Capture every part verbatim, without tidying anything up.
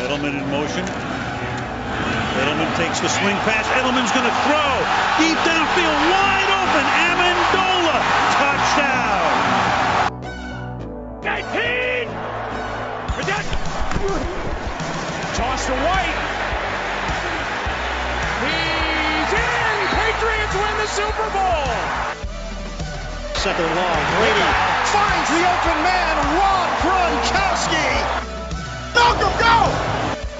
Edelman in motion. Edelman takes the swing pass. Edelman's going to throw. Deep downfield, wide open. Amendola, touchdown. nineteen! Toss to White. He's in! Patriots win the Super Bowl! Second and long. Brady finds the open man, Rob Gronkowski. Malcolm, go!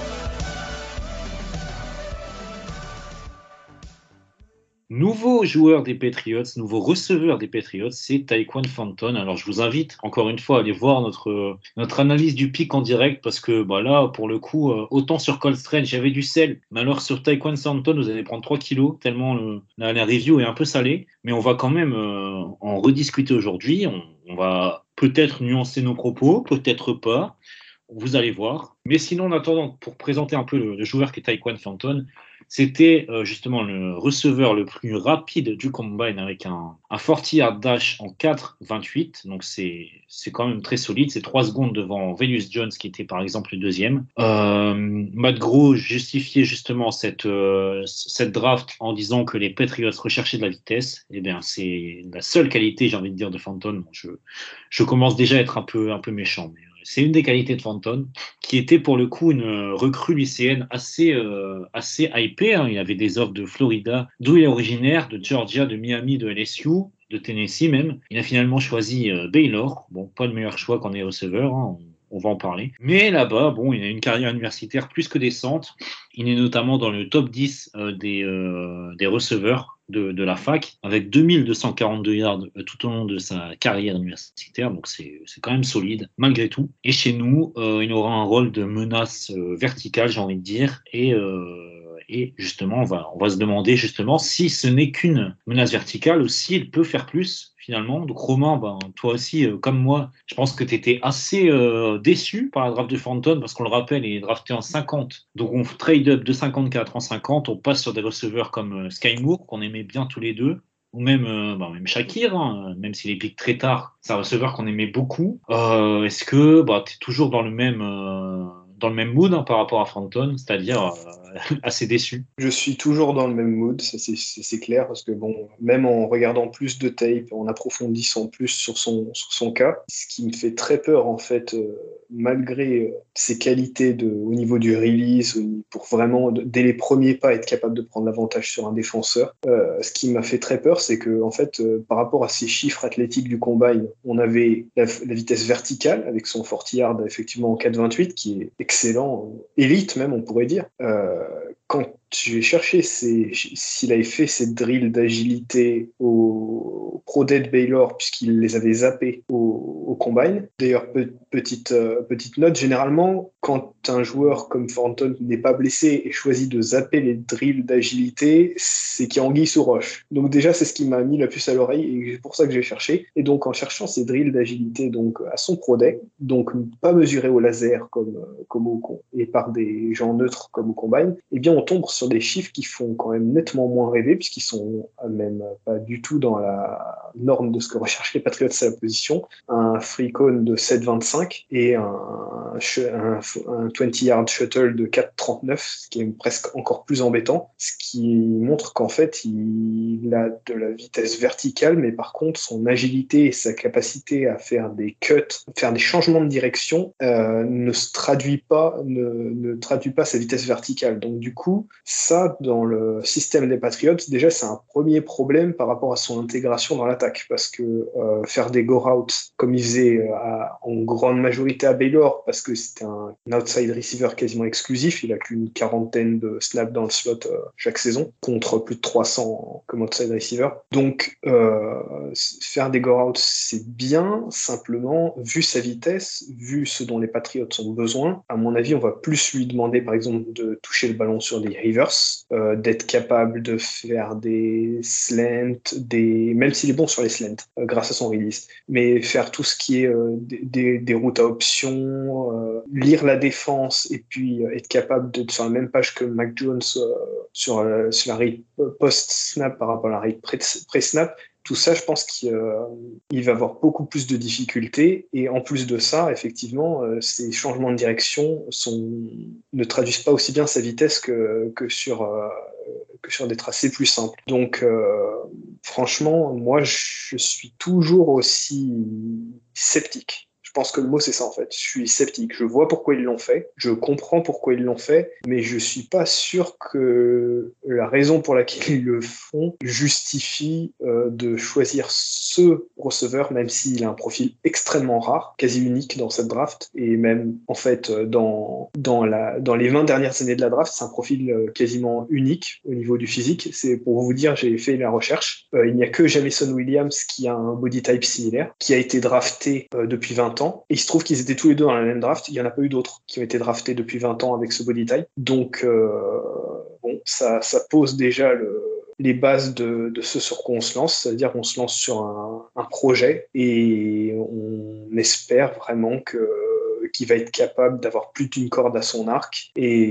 Nouveau joueur des Patriots, nouveau receveur des Patriots, c'est Tyquan Thornton. Alors je vous invite encore une fois à aller voir notre, notre analyse du pic en direct parce que bah là, pour le coup, autant sur Cold Strange, j'avais du sel, mais alors sur Tyquan Thornton, vous allez prendre trois kilos tellement le, la, la review est un peu salée. Mais on va quand même euh, en rediscuter aujourd'hui. On, on va peut-être nuancer nos propos, peut-être pas. Vous allez voir. Mais sinon, en attendant, pour présenter un peu le, le joueur qui est Tyquan Thornton, c'était euh, justement le receveur le plus rapide du combine avec un, un quarante yard dash en quatre vingt-huit. Donc, c'est, c'est quand même très solide. C'est trois secondes devant Velus Jones, qui était par exemple le deuxième. Euh, Matt Gros justifiait justement cette, euh, cette draft en disant que les Patriots recherchaient de la vitesse. Eh bien, c'est la seule qualité, j'ai envie de dire, de Thornton. Bon, je, je commence déjà à être un peu, un peu méchant, mais c'est une des qualités de Thornton, qui était pour le coup une recrue lycéenne assez, euh, assez hypée. Hein. Il avait des offres de Florida, d'où il est originaire, de Georgia, de Miami, de L S U, de Tennessee même. Il a finalement choisi euh, Baylor. Bon, pas le meilleur choix quand on est receveur, hein. On va en parler. Mais là-bas, bon, il a une carrière universitaire plus que décente. Il est notamment dans le top dix euh, des, euh, des receveurs de, de la fac, avec deux mille deux cent quarante-deux yards euh, tout au long de sa carrière universitaire. Donc, c'est, c'est quand même solide, malgré tout. Et chez nous, euh, il aura un rôle de menace euh, verticale, j'ai envie de dire. Et, euh, et justement, on va, on va se demander justement si ce n'est qu'une menace verticale ou s'il peut faire plus. Finalement. Donc Romain, ben, toi aussi, euh, comme moi, je pense que tu étais assez euh, déçu par la draft de Thornton parce qu'on le rappelle, il est drafté en cinquante. Donc on trade up de cinquante-quatre en cinquante, on passe sur des receveurs comme euh, Sky Moore, qu'on aimait bien tous les deux, ou même, euh, ben, même Shakir, hein, même s'il est pick très tard, c'est un receveur qu'on aimait beaucoup. Euh, est-ce que bah, tu es toujours dans le même... Euh, dans le même mood hein, par rapport à Thornton, c'est-à-dire euh, assez déçu? Je suis toujours dans le même mood, ça c'est, c'est, c'est clair, parce que bon, même en regardant plus de tape, en approfondissant plus sur son, sur son cas, ce qui me fait très peur en fait, euh, malgré euh, ses qualités de, au niveau du release, pour vraiment, dès les premiers pas, être capable de prendre l'avantage sur un défenseur, euh, ce qui m'a fait très peur, c'est que en fait, euh, par rapport à ses chiffres athlétiques du combine, on avait la, la vitesse verticale, avec son quarante yard effectivement en quatre vingt-huit, qui est excellent, élite même on pourrait dire. Euh, quand j'ai cherché ses, s'il avait fait ses drills d'agilité au Pro Day de Baylor, puisqu'il les avait zappés au, au combine. D'ailleurs, pe- petite, euh, petite note, généralement, quand un joueur comme Thornton n'est pas blessé et choisit de zapper les drills d'agilité, c'est qu'il y a anguille sous roche. Donc déjà, c'est ce qui m'a mis la puce à l'oreille et c'est pour ça que j'ai cherché. Et donc, en cherchant ces drills d'agilité donc, à son Pro Day, donc pas mesurés au laser comme, comme au, et par des gens neutres comme au combine, eh bien, on tombe sur des chiffres qui font quand même nettement moins rêver, puisqu'ils sont même pas du tout dans la norme de ce que recherchent les Patriots à la position. Un free cone de sept vingt-cinq et un, un, un vingt yard shuttle de quatre trente-neuf, ce qui est presque encore plus embêtant, ce qui montre qu'en fait, il a de la vitesse verticale, mais par contre, son agilité et sa capacité à faire des cuts, faire des changements de direction, euh, ne se traduit pas, ne, ne traduit pas sa vitesse verticale. Donc, du coup, ça, dans le système des Patriots, déjà, c'est un premier problème par rapport à son intégration dans l'attaque, parce que euh, faire des go-routes, comme il faisait euh, à, en grande majorité à Baylor, parce que c'était un, un outside receiver quasiment exclusif, il a qu'une quarantaine de snaps dans le slot euh, chaque saison, contre plus de trois cents comme outside receiver. Donc, euh, faire des go-routes, c'est bien, simplement, vu sa vitesse, vu ce dont les Patriots ont besoin, à mon avis, on va plus lui demander, par exemple, de toucher le ballon sur des rivers, euh, d'être capable de faire des slants, des... même s'il est bon sur les slants, euh, grâce à son release, mais faire tout ce qui est euh, des, des, des routes à options, euh, lire la défense et puis euh, être capable d'être sur la même page que Mac Jones euh, sur, euh, sur la rate post-snap par rapport à la rate pré-snap, tout ça, je pense qu'il euh, il va avoir beaucoup plus de difficultés. Et en plus de ça, effectivement, euh, ces changements de direction sont, ne traduisent pas aussi bien sa vitesse que, que, sur, euh, que sur des tracés plus simples. Donc, euh, franchement, moi, je suis toujours aussi sceptique. Je pense que le mot, c'est ça, en fait. Je suis sceptique. Je vois pourquoi ils l'ont fait. Je comprends pourquoi ils l'ont fait. Mais je suis pas sûr que la raison pour laquelle ils le font justifie euh, de choisir ce receveur, même s'il a un profil extrêmement rare, quasi unique dans cette draft. Et même, en fait, dans, dans, la, dans les vingt dernières années de la draft, c'est un profil quasiment unique au niveau du physique. C'est pour vous dire, j'ai fait la recherche. Euh, il n'y a que Jameson Williams qui a un body type similaire, qui a été drafté euh, depuis vingt ans. Et il se trouve qu'ils étaient tous les deux dans la même draft. Il n'y en a pas eu d'autres qui ont été draftés depuis vingt ans avec ce body type. Donc, euh, bon, ça, ça pose déjà le, les bases de, de ce sur quoi on se lance. C'est-à-dire qu'on se lance sur un, un projet et on espère vraiment que qui va être capable d'avoir plus d'une corde à son arc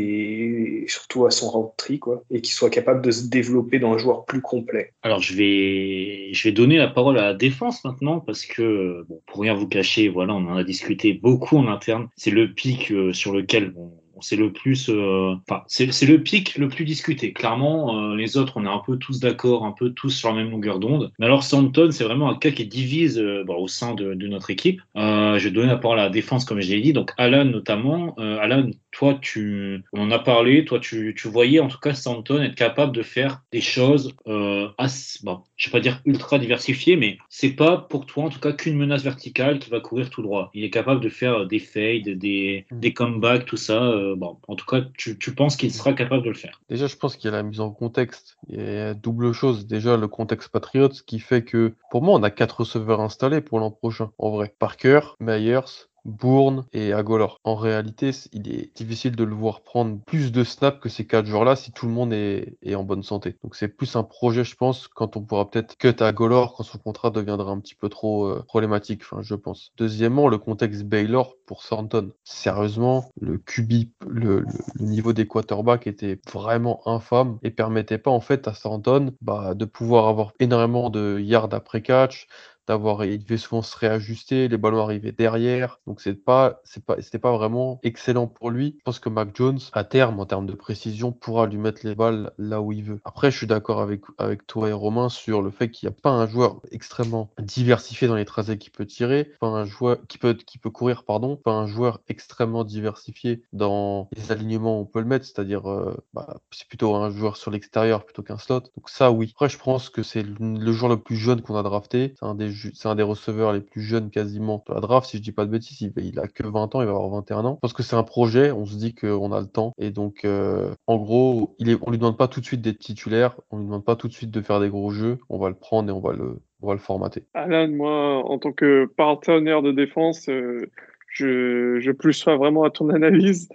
et surtout à son route tree, quoi, et qui soit capable de se développer dans un joueur plus complet. Alors je vais, je vais donner la parole à la défense maintenant parce que, bon, pour rien vous cacher, voilà, on en a discuté beaucoup en interne. C'est le pic euh, sur lequel bon, c'est le plus, euh, enfin, c'est, c'est le pic le plus discuté. Clairement, euh, les autres, on est un peu tous d'accord, un peu tous sur la même longueur d'onde. Mais alors, Stanton, c'est vraiment un cas qui divise euh, bon, au sein de, de notre équipe. Euh, je vais donner la parole à la défense, comme je l'ai dit. Donc, Alan, notamment. Euh, Alan, toi, tu, on en a parlé. Toi, tu, tu voyais en tout cas Stanton être capable de faire des choses, euh, assez, bon, je vais pas dire ultra diversifiées, mais c'est pas pour toi en tout cas qu'une menace verticale qui va courir tout droit. Il est capable de faire des fades, des, des comebacks, tout ça. Euh, Bon, en tout cas, tu, tu penses qu'il sera capable de le faire? Déjà, je pense qu'il y a la mise en contexte. Il y a double chose. Déjà, le contexte Patriots qui fait que, pour moi, on a quatre receveurs installés pour l'an prochain, en vrai. Parker, Myers, Bourne et Agolor. En réalité, il est difficile de le voir prendre plus de snaps que ces quatre joueurs-là si tout le monde est, est en bonne santé. Donc c'est plus un projet, je pense, quand on pourra peut-être cut Agolor quand son contrat deviendra un petit peu trop euh, problématique, enfin, je pense. Deuxièmement, le contexte Baylor pour Thornton. Sérieusement, le Q B, le, le, le niveau des quarterbacks était vraiment infâme et permettait pas en fait à Thornton bah, de pouvoir avoir énormément de yards après catch, d'avoir, il devait souvent se réajuster, les ballons arrivaient derrière, donc c'est pas, c'est pas, c'était pas vraiment excellent pour lui. Je pense que Mac Jones, à terme, en termes de précision, pourra lui mettre les balles là où il veut. Après, je suis d'accord avec, avec toi et Romain sur le fait qu'il n'y a pas un joueur extrêmement diversifié dans les tracés qui peut tirer, pas un joueur qui peut, qui peut courir, pardon, pas un joueur extrêmement diversifié dans les alignements où on peut le mettre, c'est-à-dire, euh, bah, c'est plutôt un joueur sur l'extérieur plutôt qu'un slot. Donc ça, oui. Après, je pense que c'est le, le joueur le plus jeune qu'on a drafté, c'est un des c'est un des receveurs les plus jeunes quasiment de la draft, si je dis pas de bêtises, il, il a que vingt ans, il va avoir vingt et un ans. Parce que c'est un projet, on se dit qu'on a le temps, et donc euh, en gros, il est, on lui demande pas tout de suite d'être titulaire, on lui demande pas tout de suite de faire des gros jeux, on va le prendre et on va le, on va le formater. Alan, moi, en tant que partenaire de défense, euh, je, je plus sois vraiment à ton analyse.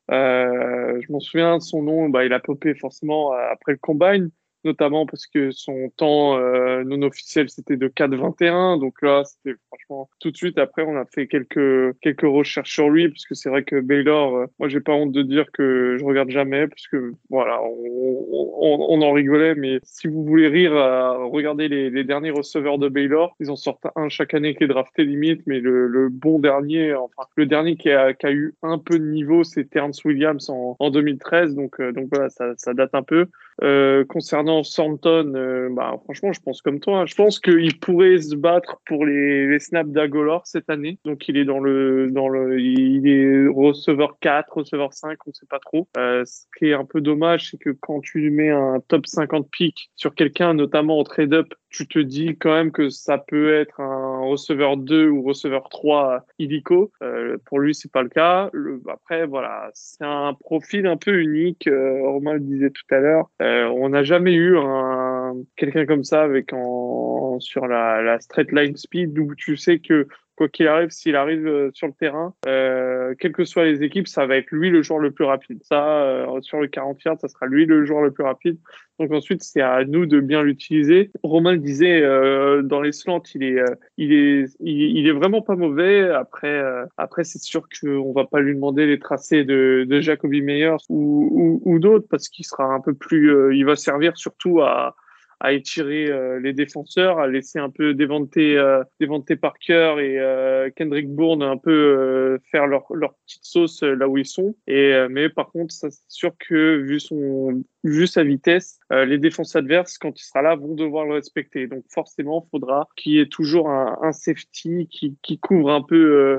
Euh, je m'en souviens de son nom, bah, il a popé forcément après le combine, notamment parce que son temps euh, non officiel c'était de quatre vingt et un, donc là c'était franchement tout de suite. Après on a fait quelques quelques recherches sur lui parce que c'est vrai que Baylor, euh, moi j'ai pas honte de dire que je regarde jamais parce que voilà, on, on, on en rigolait, mais si vous voulez rire, euh, regardez les, les derniers receveurs de Baylor, ils en sortent un chaque année qui est drafté limite, mais le, le bon dernier, enfin le dernier qui a, qui a eu un peu de niveau, c'est Terrence Williams en, en deux mille treize, donc euh, donc voilà, ça, ça date un peu. Euh, concernant Thornton, euh, bah, franchement, je pense comme toi. Hein. Je pense qu'il pourrait se battre pour les, les snaps d'Agolor cette année. Donc, il est dans le, dans le, il est receveur quatre, receveur cinq, on sait pas trop. Euh, ce qui est un peu dommage, c'est que quand tu mets un top cinquante pick sur quelqu'un, notamment en trade-up, tu te dis quand même que ça peut être un receveur deux ou receveur trois illico. Euh, pour lui, c'est pas le cas. Le, après, voilà, c'est un profil un peu unique. Euh, Romain le disait tout à l'heure. Euh, on n'a jamais eu un quelqu'un comme ça avec en sur la, la straight line speed où tu sais que quoi qu'il arrive, s'il arrive euh, sur le terrain, euh, quelles que soient les équipes, ça va être lui le joueur le plus rapide. Ça, euh, sur le quarante yards, ça sera lui le joueur le plus rapide. Donc ensuite, c'est à nous de bien l'utiliser. Romain le disait, euh, dans les slants, il est, euh, il est, il, il est vraiment pas mauvais. Après, euh, après, c'est sûr qu'on va pas lui demander les tracés de, de Jacoby Meyers ou, ou, ou d'autres parce qu'il sera un peu plus, euh, il va servir surtout à à étirer euh, les défenseurs, à laisser un peu Devante, euh, Devante Parker et euh, Kendrick Bourne un peu euh, faire leur, leur petite sauce euh, là où ils sont. Et, euh, mais par contre, ça, c'est sûr que vu, son, vu sa vitesse, euh, les défenses adverses, quand il sera là, vont devoir le respecter. Donc forcément, il faudra qu'il y ait toujours un, un safety qui, qui couvre un peu... Euh,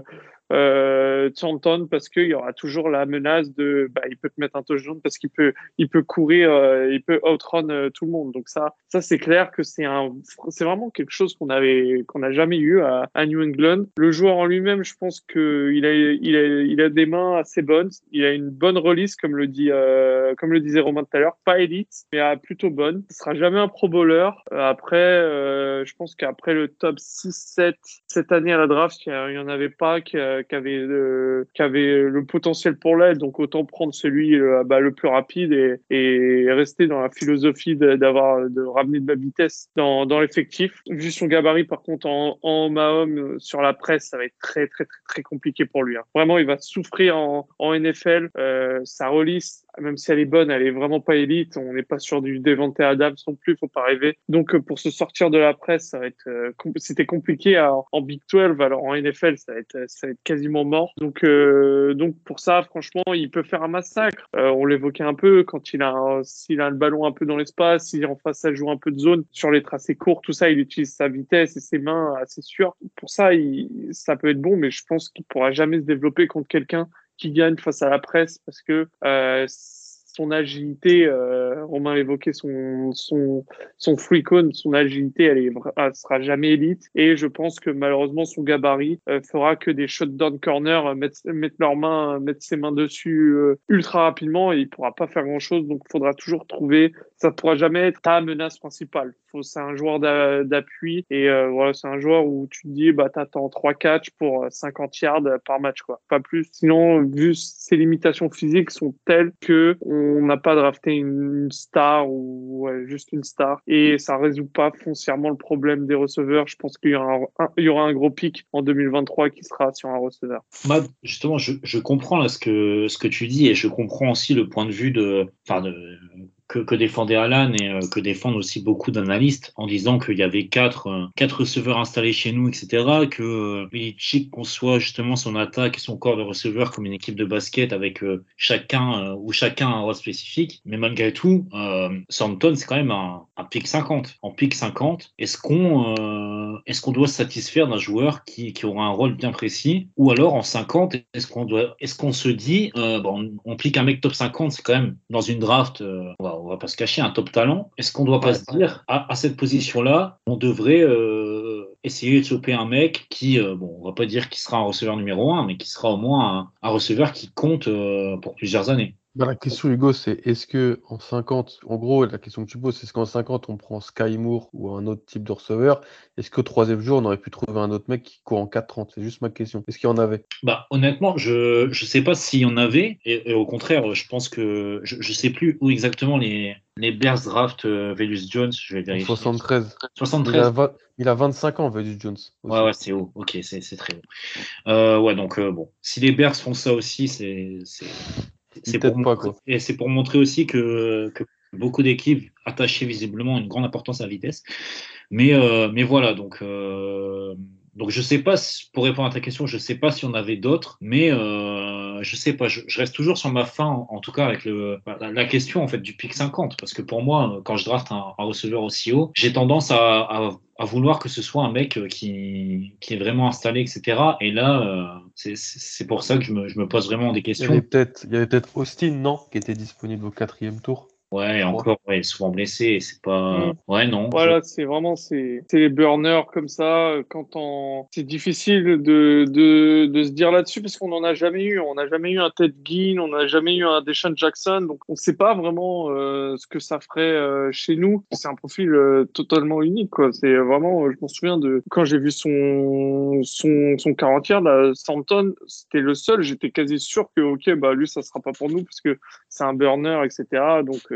euh, Chanton parce qu'il y aura toujours la menace de bah, il peut te mettre un touchdown parce qu'il peut il peut courir euh, il peut outrun euh, tout le monde, donc ça ça c'est clair que c'est un c'est vraiment quelque chose qu'on avait qu'on n'a jamais eu à, à New England. Le joueur en lui-même, je pense que il a il a il a des mains assez bonnes, il a une bonne release comme le dit euh, comme le disait Romain tout à l'heure, pas élite mais euh, plutôt bonne. Ce sera jamais un pro bowler. Euh, après euh, je pense qu'après le top six sept cette année à la draft, il y en avait pas qui qui avait, euh, qui avait le potentiel pour l'aide, donc autant prendre celui euh, bah, le plus rapide et, et rester dans la philosophie de, d'avoir de ramener de la vitesse dans, dans l'effectif. Vu son gabarit, par contre, en, en homme à homme sur la presse, ça va être très très très très compliqué pour lui. Hein. Vraiment, il va souffrir en, en N F L. Euh, sa release, même si elle est bonne, elle est vraiment pas élite. On n'est pas sur du Devante Adams non plus, faut pas rêver. Donc pour se sortir de la presse, ça va être euh, compl- c'était compliqué à, en Big douze, alors en N F L, ça va être ça va être quasiment mort. Donc euh, donc pour ça, franchement, il peut faire un massacre. Euh, on l'évoquait un peu quand il a un, s'il a le ballon un peu dans l'espace, si en face ça joue un peu de zone sur les tracés courts, tout ça, il utilise sa vitesse et ses mains assez sûres. Pour ça, il, ça peut être bon, mais je pense qu'il pourra jamais se développer contre quelqu'un qui gagne face à la presse parce que euh, son agilité, euh, Romain l'évoquait, son son son free cone, son agilité, elle est elle sera jamais élite et je pense que malheureusement son gabarit euh, fera que des shutdown corner euh, mettre mettre leurs mains mettre ses mains dessus euh, ultra rapidement et il pourra pas faire grand chose, donc il faudra toujours trouver, ça pourra jamais être ta menace principale. Faut c'est un joueur d'a, d'appui et euh, voilà, c'est un joueur où tu te dis bah t'attends trois catchs pour cinquante yards par match quoi, pas plus. Sinon vu ses limitations physiques sont telles que on n'a pas drafté une star ou ouais, juste une star et ça résout pas foncièrement le problème des receveurs. Je pense qu'il y aura un, un, il y aura un gros pic en deux mille vingt-trois qui sera sur un receveur. Bah, justement, je, je comprends là ce que, ce que tu dis et je comprends aussi le point de vue de, enfin de, que, que défendait Alan et euh, que défendent aussi beaucoup d'analystes en disant qu'il y avait quatre, euh, quatre receveurs installés chez nous, et cetera. Que euh, Belichick conçoit justement son attaque et son corps de receveurs comme une équipe de basket avec euh, chacun euh, ou chacun un rôle spécifique. Mais malgré tout, euh, Thornton, c'est quand même un, un pick cinquante. En pick cinquante, est-ce qu'on, euh, est-ce qu'on doit se satisfaire d'un joueur qui, qui aura un rôle bien précis, ou alors en cinquante, est-ce qu'on doit, est-ce qu'on se dit, euh, bon, on, on pique un mec top cinquante, c'est quand même dans une draft, euh, on va, on va pas se cacher, un top talent. Est-ce qu'on doit pas Ouais, se dire, à, à cette position-là, on devrait euh, essayer de choper un mec qui, euh, bon, on va pas dire qu'il sera un receveur numéro un, mais qui sera au moins un, un receveur qui compte euh, pour plusieurs années. Bah, la question, Hugo, c'est est-ce que en cinquante, en gros, la question que tu poses, c'est est-ce qu'en cinquante, on prend Sky Moore ou un autre type de receveur? Est-ce qu'au troisième jour, on aurait pu trouver un autre mec qui court en quatre trente? C'est juste ma question. Est-ce qu'il y en avait? Bah, honnêtement, je je sais pas s'il y en avait, et, et au contraire, je pense que je, je sais plus où exactement les, les Bears draft euh, Velus Jones, je vais En vérifier. soixante-treize. Il soixante-treize. a, vingt il a vingt-cinq ans, Velus Jones. Ouais, Aussi. ouais, c'est haut. Ok, c'est c'est très haut. Euh, ouais, donc euh, bon, si les Bears font ça aussi, c'est c'est Il c'est pour t'aide pas, montrer, quoi. et c'est pour montrer aussi que, que beaucoup d'équipes attachaient visiblement une grande importance à la vitesse. Mais, euh, mais voilà, donc, euh, donc je sais pas, si- pour répondre à ta question, je sais pas si on avait d'autres, mais euh, je sais pas, je, je reste toujours sur ma fin, en, en tout cas avec le, la, la question en fait du pick cinquante, parce que pour moi, quand je draft un, un receveur aussi haut, j'ai tendance à, à, à vouloir que ce soit un mec qui, qui est vraiment installé, et cetera. Et là, euh, c'est c'est pour ça que je me, je me pose vraiment des Il y avait questions. peut-être, il y avait peut-être Austin, non, qui était disponible au quatrième tour, Ouais, je crois. encore, ouais, souvent blessé, et c'est pas. Mm. Ouais, non. je- Voilà, c'est vraiment c'est c'est les burners comme ça. euh, Quand on c'est difficile de de de se dire là-dessus parce qu'on n'en a jamais eu. On n'a jamais eu un Ted Ginn, on n'a jamais eu un Deshaun Jackson, donc on ne sait pas vraiment euh, ce que ça ferait euh, chez nous. C'est un profil euh, totalement unique, quoi. C'est vraiment, euh, je m'en souviens de quand j'ai vu son son son quarantième là, Stanton, c'était le seul. J'étais quasi sûr que ok, bah lui ça sera pas pour nous parce que c'est un burner, et cetera. Donc euh,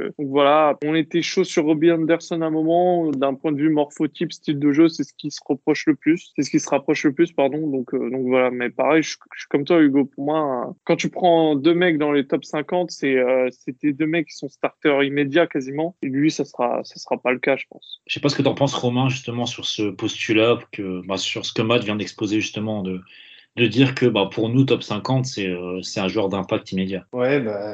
euh, donc voilà, on était chaud sur Robbie Anderson à un moment. D'un point de vue morphotype, style de jeu, c'est ce qui se reproche le plus. C'est ce qui se rapproche le plus, pardon. Donc, euh, donc voilà. Mais pareil, je, je suis comme toi, Hugo. Pour moi, euh, quand tu prends deux mecs dans les top cinquante, c'est euh, c'était deux mecs qui sont starters immédiats quasiment. Et lui, ça sera, ça sera pas le cas, je pense. Je sais pas ce que tu en penses, Romain, justement, sur ce postulat, que, bah, sur ce que Matt vient d'exposer, justement, de, de dire que bah, pour nous, top cinquante, c'est euh, c'est un joueur d'impact immédiat. Ouais, bah,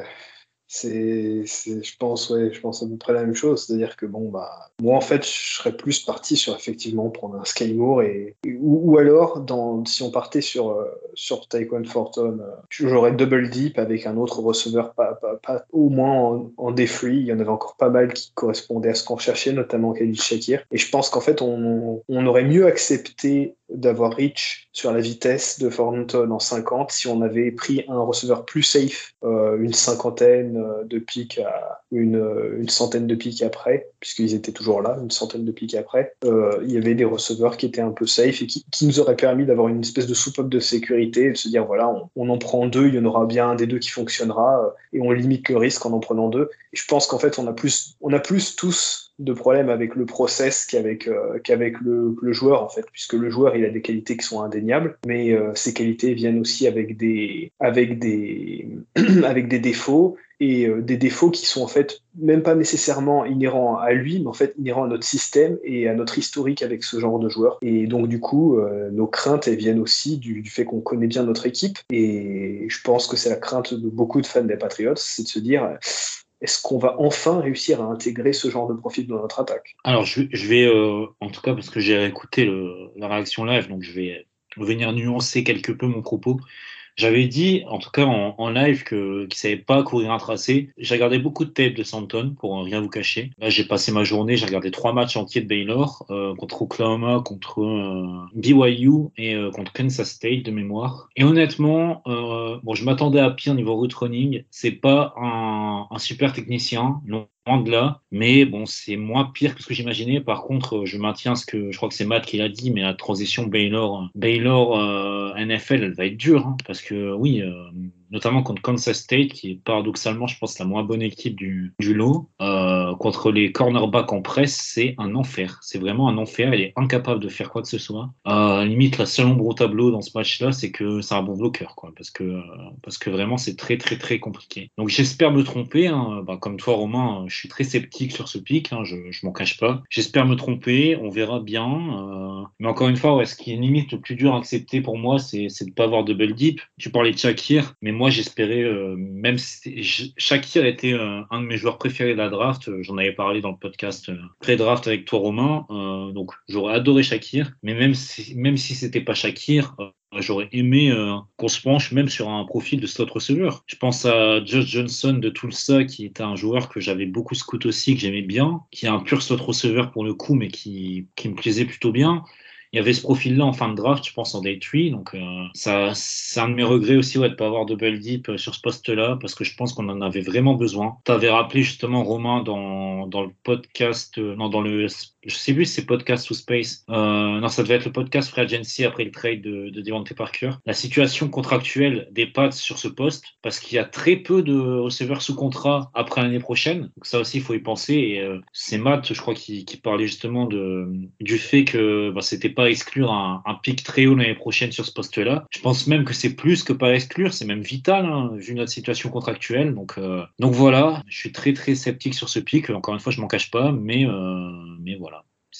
c'est, c'est, je pense, ouais, je pense à peu près la même chose. C'est-à-dire que bon, bah, moi, en fait, je serais plus parti sur effectivement prendre un Sky Moore et, ou, ou alors, dans, si on partait sur, euh, sur Tyquan Thornton, euh, j'aurais double deep avec un autre receveur, pas, pas, pas au moins en, en day free. Il y en avait encore pas mal qui correspondaient à ce qu'on cherchait, notamment Khalil Shakir. Et je pense qu'en fait, on, on aurait mieux accepté d'avoir reach sur la vitesse de Thornton en cinquante si on avait pris un receveur plus safe, euh, une cinquantaine de pics à une, une centaine de pics après, puisqu'ils étaient toujours là, une centaine de pics après. Euh, il y avait des receveurs qui étaient un peu safe et qui, qui nous auraient permis d'avoir une espèce de soupape de sécurité et de se dire voilà, on, on en prend deux, il y en aura bien un des deux qui fonctionnera euh, et on limite le risque en en prenant deux. Et je pense qu'en fait, on a plus, on a plus tous de problèmes avec le process qu'avec euh, qu'avec le, le joueur en fait, puisque le joueur il a des qualités qui sont indéniables, mais euh, ces qualités viennent aussi avec des avec des avec des défauts et euh, des défauts qui sont en fait même pas nécessairement inhérents à lui, mais en fait inhérents à notre système et à notre historique avec ce genre de joueur. Et donc du coup, euh, nos craintes elles viennent aussi du, du fait qu'on connaît bien notre équipe. Et je pense que c'est la crainte de beaucoup de fans des Patriots, c'est de se dire est-ce qu'on va enfin réussir à intégrer ce genre de profil dans notre attaque? Alors, je, je vais, euh, en tout cas, parce que j'ai écouté le, la réaction live, donc je vais venir nuancer quelque peu mon propos. J'avais dit, en tout cas en, en live, que, qu'il ne savait pas courir un tracé. J'ai regardé beaucoup de tapes de Santon, pour rien vous cacher. Là, j'ai passé ma journée, j'ai regardé trois matchs entiers de Baylor, euh, contre Oklahoma, contre euh, B Y U et euh, contre Kansas State de mémoire. Et honnêtement, euh, bon, je m'attendais à pire niveau route running. C'est pas un, un super technicien, non. De là, mais bon, c'est moins pire que ce que j'imaginais. Par contre, je maintiens ce que je crois que c'est Matt qui l'a dit, mais la transition Baylor, Baylor euh, N F L, elle va être dure, hein, parce que oui, euh, notamment contre Kansas State, qui est paradoxalement, je pense, la moins bonne équipe du, du lot, euh, contre les cornerbacks en presse, c'est un enfer. C'est vraiment un enfer. Elle est incapable de faire quoi que ce soit. Euh, limite, la seule ombre au tableau dans ce match-là, c'est que c'est un bon bloqueur, quoi, parce que euh, parce que vraiment, c'est très très très compliqué. Donc, j'espère me tromper. Hein, bah, comme toi, Romain, je suis très sceptique sur ce pic. Hein, je je m'en cache pas. J'espère me tromper. On verra bien. Euh, mais encore une fois, ouais, ce qui est limite le plus dur à accepter pour moi, c'est c'est de pas avoir double deep. Tu parlais de Shakir, mais moi, j'espérais, euh, même si Shakir était euh, un de mes joueurs préférés de la draft, euh, j'en avais parlé dans le podcast euh, pré-draft avec toi, Romain, euh, donc j'aurais adoré Shakir, mais même si, même si c'était pas Shakir, euh, j'aurais aimé euh, qu'on se penche même sur un profil de slot receveur. Je pense à Josh Johnson de Tulsa, qui était un joueur que j'avais beaucoup scout aussi, que j'aimais bien, qui est un pur slot receveur pour le coup, mais qui, qui me plaisait plutôt bien. Il y avait ce profil-là en fin de draft, je pense, en day trois. Donc, euh, ça, c'est un de mes regrets aussi, ouais, de ne pas avoir double deep sur ce poste-là, parce que je pense qu'on en avait vraiment besoin. Tu avais rappelé justement, Romain, dans, dans le podcast, euh, non, dans le, je sais plus si c'est podcast ou space. Euh, non, ça devait être le podcast Free Agency après le trade de, de Devontae Parker. La situation contractuelle des Pats sur ce poste, parce qu'il y a très peu de receveurs sous contrat après l'année prochaine. Donc, ça aussi, il faut y penser. Et euh, c'est Matt, je crois, qui, qui parlait justement de, du fait que bah, c'était pas exclure un, un pic très haut l'année prochaine sur ce poste-là. Je pense même que c'est plus que pas exclure, c'est même vital, hein, vu notre situation contractuelle. Donc, euh, donc voilà, je suis très très sceptique sur ce pic. Encore une fois, je m'en cache pas, mais, euh, mais voilà.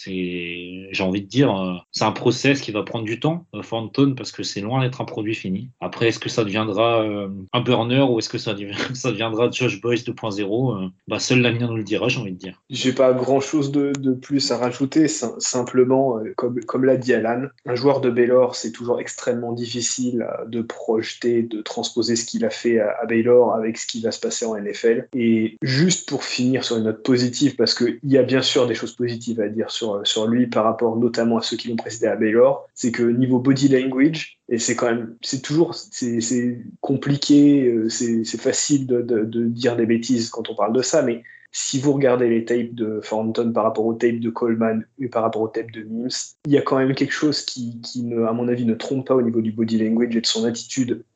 C'est, j'ai envie de dire, euh, c'est un process qui va prendre du temps, euh, Thornton, parce que c'est loin d'être un produit fini. Après, est-ce que ça deviendra euh, un burner ou est-ce que ça, ça deviendra Josh Boyce deux point zéro euh, bah, seul l'avenir nous le dira, j'ai envie de dire. J'ai pas grand-chose de, de plus à rajouter, sim- simplement, euh, comme, comme l'a dit Alan, un joueur de Baylor, c'est toujours extrêmement difficile euh, de projeter, de transposer ce qu'il a fait à, à Baylor avec ce qui va se passer en N F L. Et juste pour finir sur une note positive, parce qu'il y a bien sûr des choses positives à dire sur, sur lui par rapport notamment à ceux qui l'ont précédé à Baylor, c'est que niveau body language, et c'est quand même, c'est toujours, c'est, c'est compliqué, c'est, c'est facile de, de, de dire des bêtises quand on parle de ça, mais si vous regardez les tapes de Thornton par rapport aux tapes de Coleman et par rapport aux tapes de Mims, il y a quand même quelque chose qui, qui ne, à mon avis, ne trompe pas au niveau du body language et de son attitude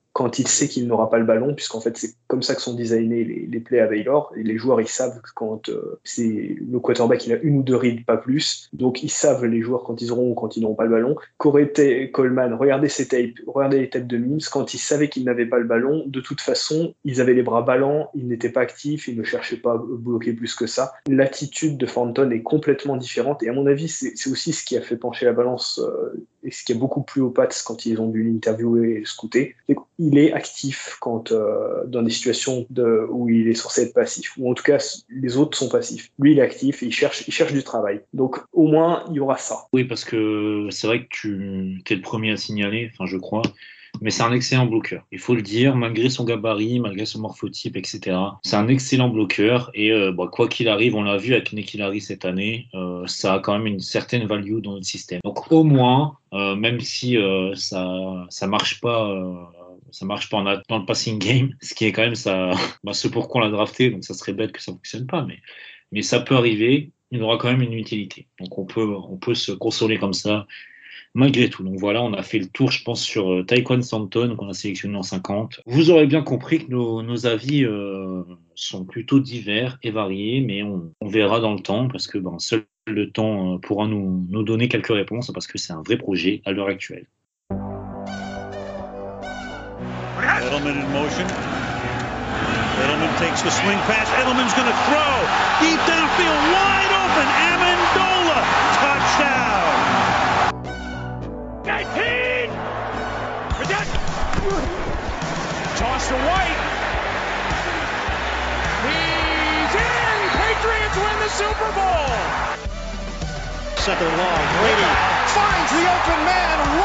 quand il sait qu'il n'aura pas le ballon, puisqu'en fait c'est comme ça que sont designés les, les plays à Baylor, et les joueurs ils savent que quand euh, c'est le quarterback il a une ou deux reads, pas plus, donc ils savent les joueurs quand ils auront ou quand ils n'auront pas le ballon. Corey Coleman, regardez ses tapes, regardez les tapes de Mims, quand ils savaient qu'ils n'avaient pas le ballon, de toute façon ils avaient les bras ballants, ils n'étaient pas actifs, ils ne cherchaient pas à bloquer plus que ça. L'attitude de Thornton est complètement différente, et à mon avis c'est, c'est aussi ce qui a fait pencher la balance euh, et ce qui a beaucoup plu aux Pats quand ils ont dû l'interviewer et le scouter. Il est actif quand, euh, dans des situations de, où il est censé être passif, ou en tout cas les autres sont passifs. Lui il est actif et il cherche, il cherche du travail. Donc au moins il y aura ça. Oui, parce que c'est vrai que tu es le premier à signaler, enfin je crois, mais c'est un excellent bloqueur. Il faut le dire, malgré son gabarit, malgré son morphotype, et cetera. C'est un excellent bloqueur et euh, bah, quoi qu'il arrive, on l'a vu avec N'Keal Harry cette année, euh, ça a quand même une certaine value dans notre système. Donc au moins, euh, même si euh, ça ça marche pas. Euh, ça marche pas en a, dans le passing game, ce qui est quand même ça, bah, ce pourquoi on l'a drafté, donc ça serait bête que ça fonctionne pas, mais, mais ça peut arriver, il aura quand même une utilité. Donc on peut, on peut se consoler comme ça, malgré tout. Donc voilà, on a fait le tour, je pense, sur euh, Tyquan Thornton, qu'on a sélectionné en cinquante. Vous aurez bien compris que nos, nos avis euh, sont plutôt divers et variés, mais on, on verra dans le temps, parce que ben, seul le temps euh, pourra nous, nous donner quelques réponses, parce que c'est un vrai projet à l'heure actuelle. Edelman in motion. Edelman takes the swing pass. Edelman's going to throw. Deep downfield, wide open. Amendola, touchdown. nineteen! Toss to White. He's in! Patriots win the Super Bowl! Second and long. Brady finds the open man.